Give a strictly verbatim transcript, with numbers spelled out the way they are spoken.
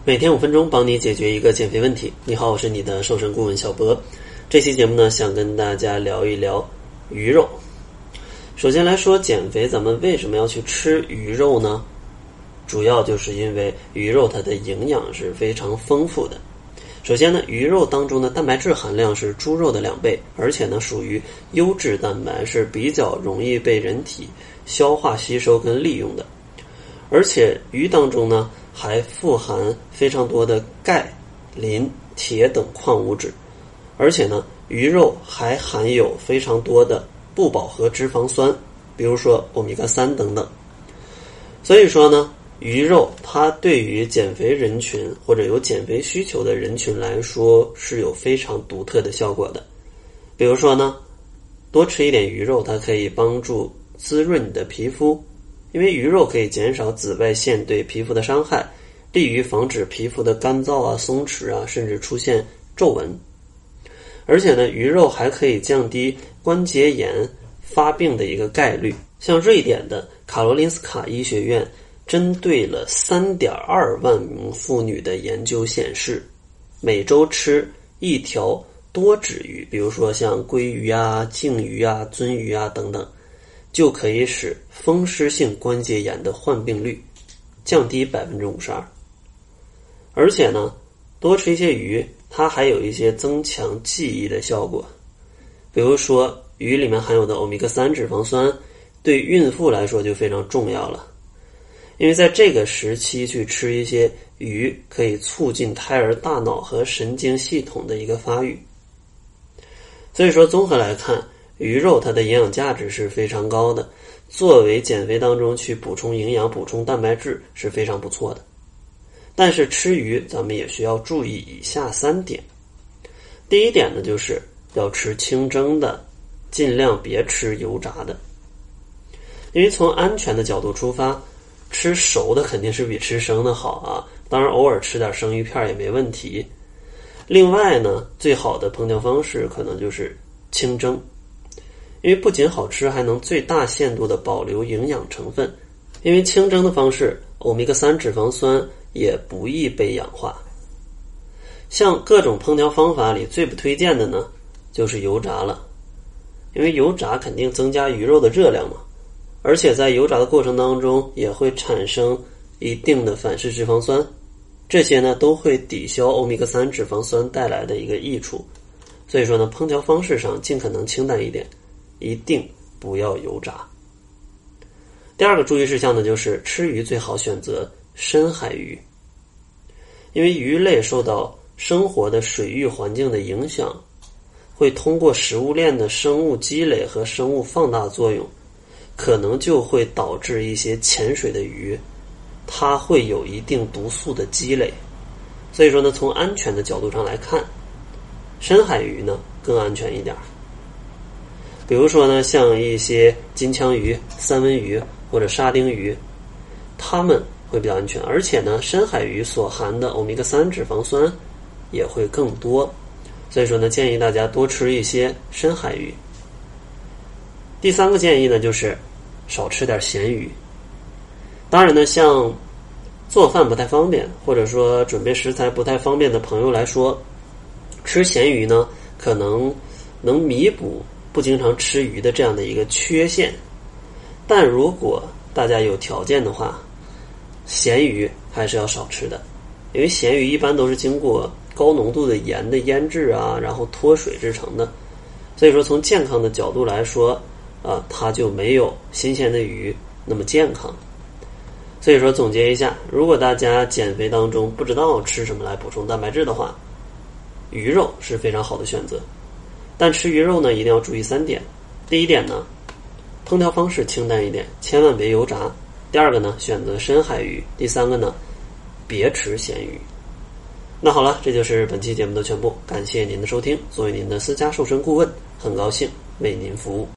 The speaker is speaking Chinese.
每天五分钟，帮你解决一个减肥问题。你好，我是你的瘦身顾问小博。这期节目呢，想跟大家聊一聊鱼肉。首先来说减肥，咱们为什么要去吃鱼肉呢？主要就是因为鱼肉它的营养是非常丰富的。首先呢，鱼肉当中的蛋白质含量是猪肉的两倍，而且呢属于优质蛋白，是比较容易被人体消化吸收跟利用的。而且鱼当中呢还富含非常多的钙、磷、铁等矿物质，而且呢鱼肉还含有非常多的不饱和脂肪酸，比如说欧米伽三等等。所以说呢，鱼肉它对于减肥人群或者有减肥需求的人群来说是有非常独特的效果的。比如说呢，多吃一点鱼肉，它可以帮助滋润你的皮肤，因为鱼肉可以减少紫外线对皮肤的伤害，利于防止皮肤的干燥啊、松弛啊，甚至出现皱纹。而且呢，鱼肉还可以降低关节炎发病的一个概率。像瑞典的卡罗林斯卡医学院针对了 三点二万名妇女的研究显示，每周吃一条多脂鱼，比如说像鲑鱼啊、鲸鱼啊、鳟鱼啊等等，就可以使风湿性关节炎的患病率降低 百分之五十二。 而且呢，多吃一些鱼，它还有一些增强记忆的效果。比如说鱼里面含有的欧米伽三脂肪酸对孕妇来说就非常重要了，因为在这个时期去吃一些鱼，可以促进胎儿大脑和神经系统的一个发育。所以说综合来看，鱼肉它的营养价值是非常高的，作为减肥当中去补充营养、补充蛋白质是非常不错的。但是吃鱼咱们也需要注意以下三点。第一点呢，就是要吃清蒸的，尽量别吃油炸的。因为从安全的角度出发，吃熟的肯定是比吃生的好啊，当然偶尔吃点生鱼片也没问题。另外呢，最好的烹调方式可能就是清蒸，因为不仅好吃，还能最大限度的保留营养成分。因为清蒸的方式，欧米伽三脂肪酸也不易被氧化。像各种烹调方法里最不推荐的呢，就是油炸了。因为油炸肯定增加鱼肉的热量嘛，而且在油炸的过程当中也会产生一定的反式脂肪酸，这些呢都会抵消欧米伽三脂肪酸带来的一个益处。所以说呢，烹调方式上尽可能清淡一点，一定不要油炸。第二个注意事项呢，就是吃鱼最好选择深海鱼。因为鱼类受到生活的水域环境的影响，会通过食物链的生物积累和生物放大作用，可能就会导致一些潜水的鱼它会有一定毒素的积累。所以说呢，从安全的角度上来看，深海鱼呢更安全一点。比如说呢，像一些金枪鱼、三文鱼或者沙丁鱼，它们会比较安全，而且呢，深海鱼所含的欧米伽三脂肪酸也会更多。所以说呢，建议大家多吃一些深海鱼。第三个建议呢，就是少吃点咸鱼。当然呢，像做饭不太方便，或者说准备食材不太方便的朋友来说，吃咸鱼呢可能能弥补不经常吃鱼的这样的一个缺陷。但如果大家有条件的话，咸鱼还是要少吃的，因为咸鱼一般都是经过高浓度的盐的腌制啊，然后脱水制成的。所以说从健康的角度来说啊，它就没有新鲜的鱼那么健康。所以说总结一下，如果大家减肥当中不知道吃什么来补充蛋白质的话，鱼肉是非常好的选择。但吃鱼肉呢，一定要注意三点。第一点呢，烹调方式清淡一点，千万别油炸。第二个呢，选择深海鱼。第三个呢，别吃咸鱼。那好了，这就是本期节目的全部，感谢您的收听。作为您的私家瘦身顾问，很高兴为您服务。